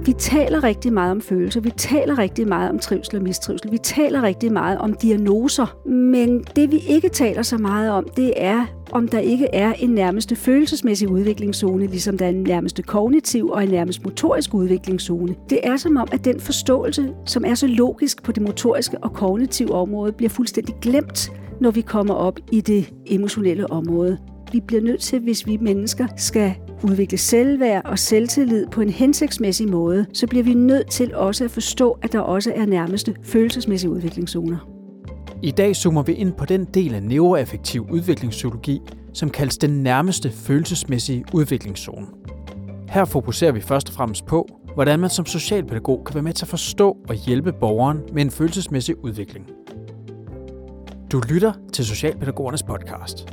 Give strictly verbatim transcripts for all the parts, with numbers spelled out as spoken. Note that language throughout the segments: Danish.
Vi taler rigtig meget om følelser, vi taler rigtig meget om trivsel og mistrivsel, vi taler rigtig meget om diagnoser, men det vi ikke taler så meget om, det er, om der ikke er en nærmeste følelsesmæssig udviklingszone, ligesom der er en nærmeste kognitiv og en nærmest motorisk udviklingszone. Det er som om, at den forståelse, som er så logisk på det motoriske og kognitive område, bliver fuldstændig glemt, når vi kommer op i det emotionelle område. Vi bliver nødt til, hvis vi mennesker skal udvikle selvværd og selvtillid på en hensigtsmæssig måde, så bliver vi nødt til også at forstå, at der også er nærmeste følelsesmæssige udviklingszoner. I dag zoomer vi ind på den del af neuroaffektiv udviklingspsykologi, som kaldes den nærmeste følelsesmæssige udviklingszone. Her fokuserer vi først og fremmest på, hvordan man som socialpædagog kan være med til at forstå og hjælpe borgeren med en følelsesmæssig udvikling. Du lytter til Socialpædagogernes podcast.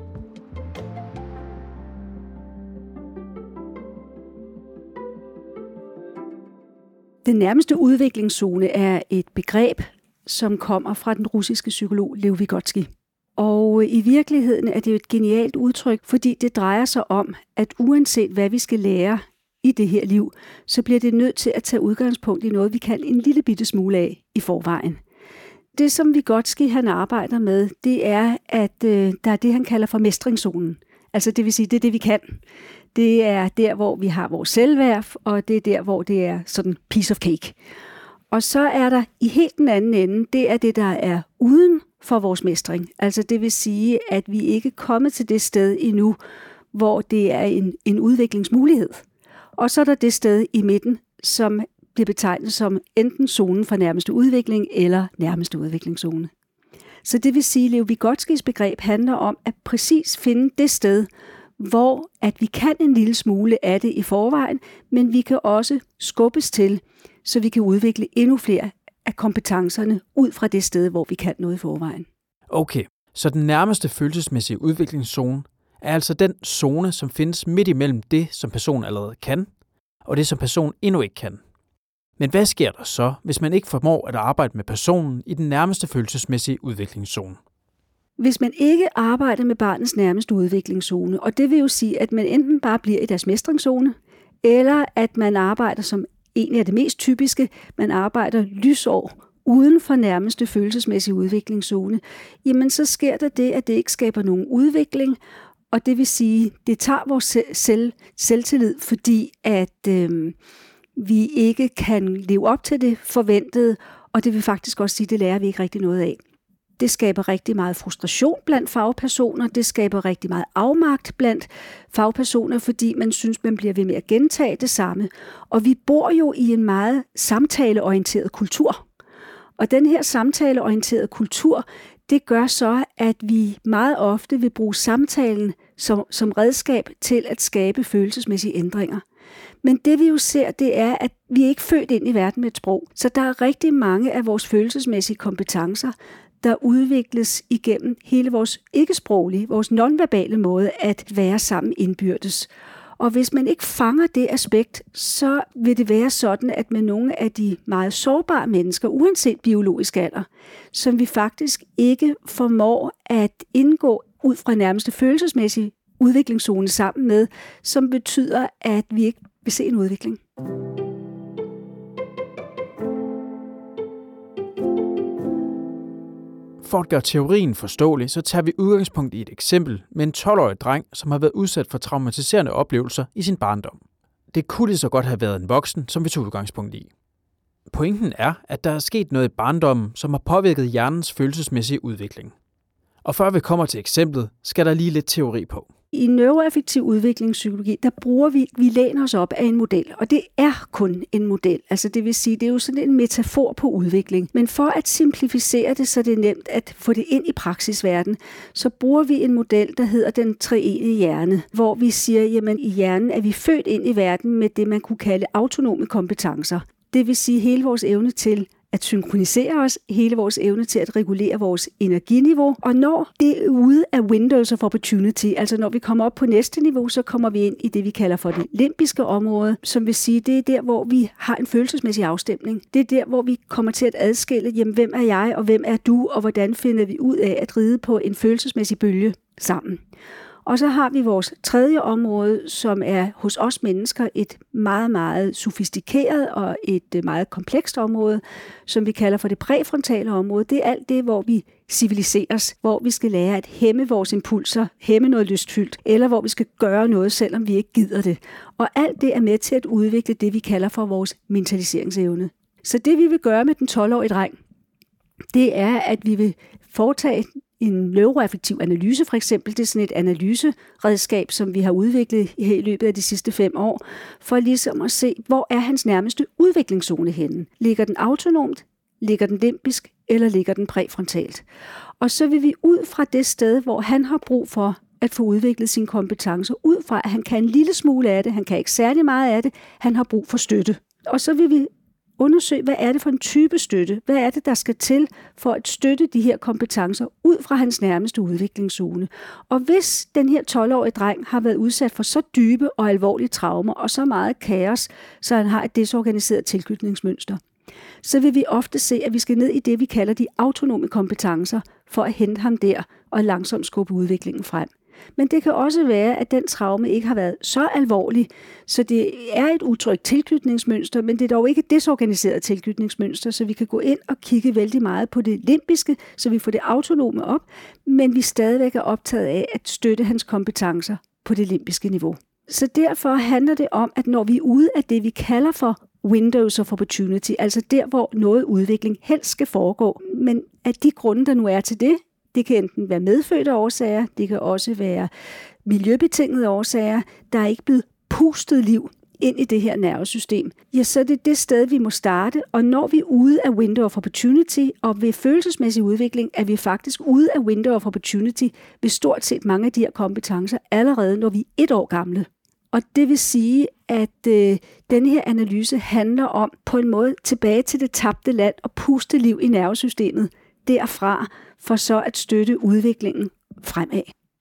Den nærmeste udviklingszone er et begreb, som kommer fra den russiske psykolog Lev Vygotsky. Og i virkeligheden er det jo et genialt udtryk, fordi det drejer sig om, at uanset hvad vi skal lære i det her liv, så bliver det nødt til at tage udgangspunkt i noget, vi kan en lille bitte smule af i forvejen. Det, som Vygotsky han arbejder med, det er, at øh, der er det, han kalder for mestringszonen. Altså det vil sige, det er det, vi kan. Det er der, hvor vi har vores selvværd, og det er der, hvor det er sådan piece of cake. Og så er der i helt den anden ende, det er det, der er uden for vores mestring. Altså det vil sige, at vi ikke er kommet til det sted endnu, hvor det er en, en udviklingsmulighed. Og så er der det sted i midten, som bliver betegnet som enten zonen for nærmeste udvikling eller nærmeste udviklingszone. Så det vil sige, at Lev Vygotskys begreb handler om at præcis finde det sted, hvor at vi kan en lille smule af det i forvejen, men vi kan også skubbes til, så vi kan udvikle endnu flere af kompetencerne ud fra det sted, hvor vi kan noget i forvejen. Okay, så den nærmeste følelsesmæssige udviklingszone er altså den zone, som findes midt imellem det, som personen allerede kan, og det, som personen endnu ikke kan. Men hvad sker der så, hvis man ikke formår at arbejde med personen i den nærmeste følelsesmæssige udviklingszone? Hvis man ikke arbejder med barnets nærmeste udviklingszone, og det vil jo sige, at man enten bare bliver i deres mestringszone, eller at man arbejder som egentlig er det mest typiske, man arbejder lysår uden for nærmeste følelsesmæssige udviklingszone, jamen så sker der det, at det ikke skaber nogen udvikling, og det vil sige, det tager vores selv, selvtillid, fordi at øh, vi ikke kan leve op til det forventede, og det vil faktisk også sige, at det lærer vi ikke rigtig noget af. Det skaber rigtig meget frustration blandt fagpersoner, det skaber rigtig meget afmagt blandt fagpersoner, fordi man synes, man bliver ved med at gentage det samme. Og vi bor jo i en meget samtaleorienteret kultur. Og den her samtaleorienterede kultur, det gør så, at vi meget ofte vil bruge samtalen som, som redskab til at skabe følelsesmæssige ændringer. Men det vi jo ser, det er, at vi er ikke født ind i verden med et sprog. Så der er rigtig mange af vores følelsesmæssige kompetencer, der udvikles igennem hele vores ikke-sproglige, vores nonverbale måde at være sammen indbyrdes. Og hvis man ikke fanger det aspekt, så vil det være sådan, at med nogle af de meget sårbare mennesker, uanset biologisk alder, som vi faktisk ikke formår at indgå ud fra nærmeste følelsesmæssige udviklingszone sammen med, som betyder, at vi ikke vil se en udvikling. For at gøre teorien forståelig, så tager vi udgangspunkt i et eksempel med en tolv-årig dreng, som har været udsat for traumatiserende oplevelser i sin barndom. Det kunne lige så godt have været en voksen, som vi tog udgangspunkt i. Pointen er, at der er sket noget i barndommen, som har påvirket hjernens følelsesmæssige udvikling. Og før vi kommer til eksemplet, skal der lige lidt teori på. I neuroaffektiv udviklingspsykologi, der bruger vi, vi læner os op af en model, og det er kun en model. Altså det vil sige, det er jo sådan en metafor på udvikling. Men for at simplificere det, så det er nemt at få det ind i praksisverden, så bruger vi en model, der hedder den treenige hjerne, hvor vi siger, jamen i hjernen er vi født ind i verden med det, man kunne kalde autonome kompetencer. Det vil sige hele vores evne til at synkronisere os, hele vores evne til at regulere vores energiniveau. Og når det er ude af windows of opportunity, altså når vi kommer op på næste niveau, så kommer vi ind i det, vi kalder for det limbiske område, som vil sige, det er der, hvor vi har en følelsesmæssig afstemning. Det er der, hvor vi kommer til at adskille, jamen, hvem er jeg, og hvem er du, og hvordan finder vi ud af at ride på en følelsesmæssig bølge sammen. Og så har vi vores tredje område, som er hos os mennesker et meget, meget sofistikeret og et meget komplekst område, som vi kalder for det præfrontale område. Det er alt det, hvor vi civiliseres, hvor vi skal lære at hæmme vores impulser, hæmme noget lystfyldt, eller hvor vi skal gøre noget, selvom vi ikke gider det. Og alt det er med til at udvikle det, vi kalder for vores mentaliseringsevne. Så det, vi vil gøre med den tolv-årige dreng, det er, at vi vil foretage en neuroaffektiv analyse, for eksempel. Det er sådan et analyseredskab, som vi har udviklet i løbet af de sidste fem år, for ligesom at se, hvor er hans nærmeste udviklingszone henne. Ligger den autonomt, ligger den limbisk, eller ligger den præfrontalt? Og så vil vi ud fra det sted, hvor han har brug for at få udviklet sine kompetencer, ud fra at han kan en lille smule af det, han kan ikke særlig meget af det, han har brug for støtte. Og så vil vi undersøge, hvad er det for en type støtte? Hvad er det, der skal til for at støtte de her kompetencer ud fra hans nærmeste udviklingszone? Og hvis den her tolv-årige dreng har været udsat for så dybe og alvorlige traumer og så meget kaos, så han har et desorganiseret tilknytningsmønster, så vil vi ofte se, at vi skal ned i det, vi kalder de autonome kompetencer, for at hente ham der og langsomt skubbe udviklingen frem. Men det kan også være, at den traume ikke har været så alvorlig, så det er et utrygt tilknytningsmønster, men det er dog ikke et desorganiseret tilknytningsmønster, så vi kan gå ind og kigge vældig meget på det limbiske, så vi får det autonome op, men vi stadigvæk er optaget af at støtte hans kompetencer på det limbiske niveau. Så derfor handler det om, at når vi er ude af det, vi kalder for windows of opportunity, altså der, hvor noget udvikling helst skal foregå, men af de grunde, der nu er til det, det kan enten være medfødte årsager, det kan også være miljøbetingede årsager, der er ikke blevet pustet liv ind i det her nervesystem. Ja, så er det det sted, vi må starte, og når vi er ude af window of opportunity, og ved følelsesmæssig udvikling, er vi faktisk ude af window of opportunity ved stort set mange af de her kompetencer, allerede når vi er et år gamle. Og det vil sige, at øh, denne her analyse handler om på en måde tilbage til det tabte land og puste liv i nervesystemet derfra, for så at støtte udviklingen fremad.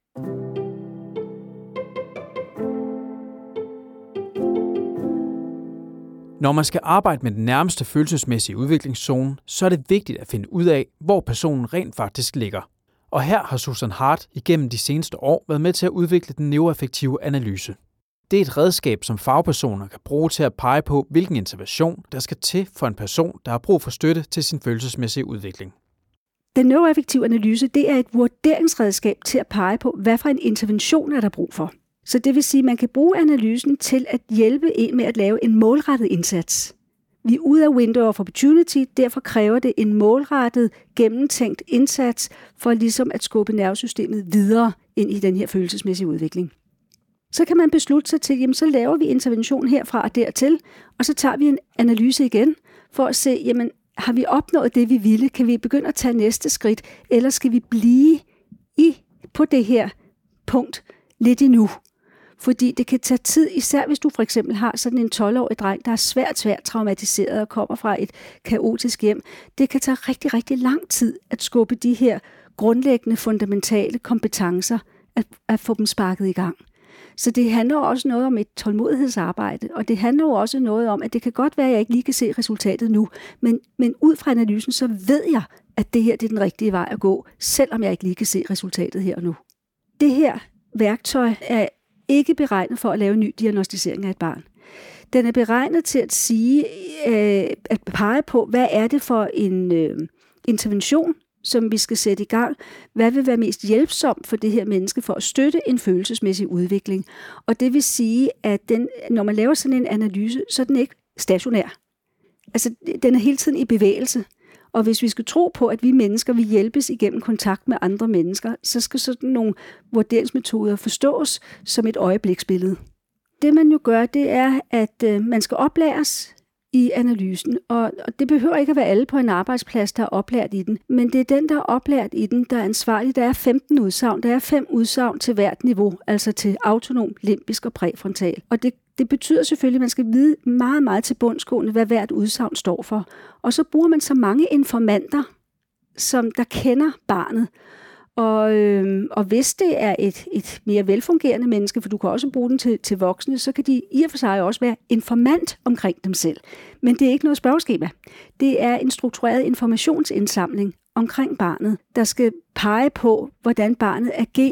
Når man skal arbejde med den nærmeste følelsesmæssige udviklingszone, så er det vigtigt at finde ud af, hvor personen rent faktisk ligger. Og her har Susan Hart igennem de seneste år været med til at udvikle den neuroaffektive analyse. Det er et redskab, som fagpersoner kan bruge til at pege på, hvilken intervention der skal til for en person, der har brug for støtte til sin følelsesmæssige udvikling. Den neuroaffektive analyse, det er et vurderingsredskab til at pege på, hvad for en intervention er der brug for. Så det vil sige, at man kan bruge analysen til at hjælpe en med at lave en målrettet indsats. Vi er ude af window of opportunity, derfor kræver det en målrettet, gennemtænkt indsats for ligesom at skubbe nervesystemet videre ind i den her følelsesmæssige udvikling. Så kan man beslutte sig til, jamen så laver vi intervention herfra og dertil, og så tager vi en analyse igen for at se, jamen har vi opnået det, vi ville? Kan vi begynde at tage næste skridt? Eller skal vi blive i på det her punkt lidt endnu? Fordi det kan tage tid, især hvis du for eksempel har sådan en tolv-årig dreng, der er svært, svært traumatiseret og kommer fra et kaotisk hjem. Det kan tage rigtig, rigtig lang tid at skubbe de her grundlæggende, fundamentale kompetencer, at, at få dem sparket i gang. Så det handler også noget om et tålmodighedsarbejde, og det handler jo også noget om, at det kan godt være, at jeg ikke lige kan se resultatet nu, men, men ud fra analysen, så ved jeg, at det her det er den rigtige vej at gå, selvom jeg ikke lige kan se resultatet her og nu. Det her værktøj er ikke beregnet for at lave en ny diagnostisering af et barn. Den er beregnet til at sige, øh, at pege på, hvad er det for en øh, intervention, som vi skal sætte i gang. Hvad vil være mest hjælpsomt for det her menneske for at støtte en følelsesmæssig udvikling? Og det vil sige, at den, når man laver sådan en analyse, så er den ikke stationær. Altså, den er hele tiden i bevægelse. Og hvis vi skal tro på, at vi mennesker vil hjælpes igennem kontakt med andre mennesker, så skal sådan nogle vurderingsmetoder forstås som et øjebliksbillede. Det man jo gør, det er, at øh, man skal oplæres i analysen, og, og det behøver ikke at være alle på en arbejdsplads, der er oplært i den, men det er den, der er oplært i den, der er ansvarlig. Der er femten udsagn, der er fem udsagn til hvert niveau, altså til autonom, limbisk og præfrontal. Og det, det betyder selvfølgelig, at man skal vide meget, meget til bundsgående, hvad hvert udsagn står for. Og så bruger man så mange informanter, som der kender barnet. Og, øh, og hvis det er et, et mere velfungerende menneske, for du kan også bruge den til, til voksne, så kan de i og for sig også være informant omkring dem selv. Men det er ikke noget spørgeskema. Det er en struktureret informationsindsamling omkring barnet, der skal pege på, hvordan barnet agerer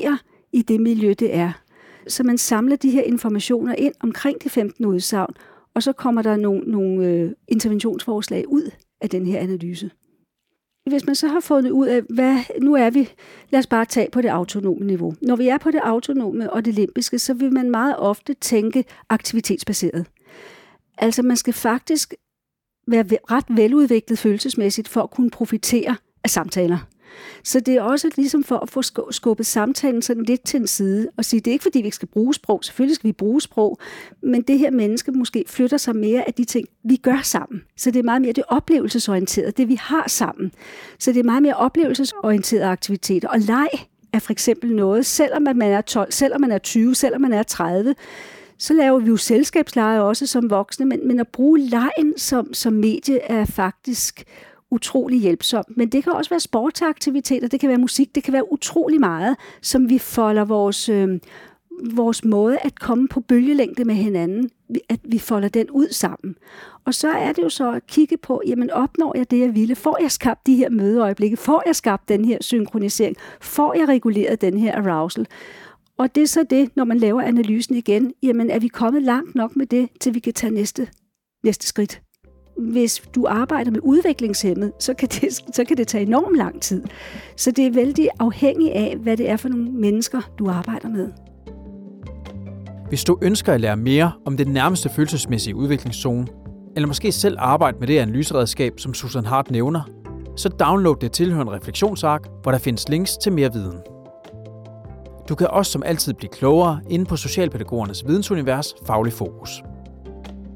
i det miljø, det er. Så man samler de her informationer ind omkring de femten udsagn, og så kommer der nogle, nogle øh, interventionsforslag ud af den her analyse. Hvis man så har fundet ud af, hvad nu er vi, lad os bare tage på det autonome niveau. Når vi er på det autonome og det limbiske, så vil man meget ofte tænke aktivitetsbaseret. Altså man skal faktisk være ret veludviklet følelsesmæssigt for at kunne profitere af samtaler. Så det er også ligesom for at få skubbet samtalen sådan lidt til en side og sige, det er ikke fordi vi ikke skal bruge sprog, selvfølgelig skal vi bruge sprog, men det her menneske måske flytter sig mere af de ting, vi gør sammen. Så det er meget mere det oplevelsesorienterede, det vi har sammen. Så det er meget mere oplevelsesorienterede aktiviteter. Og leg er for eksempel noget, selvom man er tolv, selvom man er tyve, selvom man er tredive, så laver vi jo selskabsleje også som voksne, men, men at bruge legen som, som medie er faktisk utrolig hjælpsomt. Men det kan også være sportsaktiviteter, det kan være musik, det kan være utrolig meget, som vi folder vores, øh, vores måde at komme på bølgelængde med hinanden, at vi folder den ud sammen. Og så er det jo så at kigge på, jamen opnår jeg det, jeg ville? Får jeg skabt de her mødeøjeblikke? Får jeg skabt den her synkronisering? Får jeg reguleret den her arousal? Og det er så det, når man laver analysen igen, jamen er vi kommet langt nok med det, til vi kan tage næste, næste skridt. Hvis du arbejder med udviklingshæmmet, så kan, det, så kan det tage enormt lang tid. Så det er vældig afhængigt af, hvad det er for nogle mennesker, du arbejder med. Hvis du ønsker at lære mere om den nærmeste følelsesmæssige udviklingszone, eller måske selv arbejde med det analyseredskab, som Susan Hart nævner, så download det tilhørende refleksionsark, hvor der findes links til mere viden. Du kan også som altid blive klogere inde på Socialpædagogernes vidensunivers Faglig Fokus.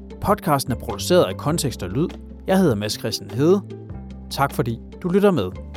Podcasten er produceret af Kontekst og Lyd. Jeg hedder Mads Christian Hede. Tak fordi du lytter med.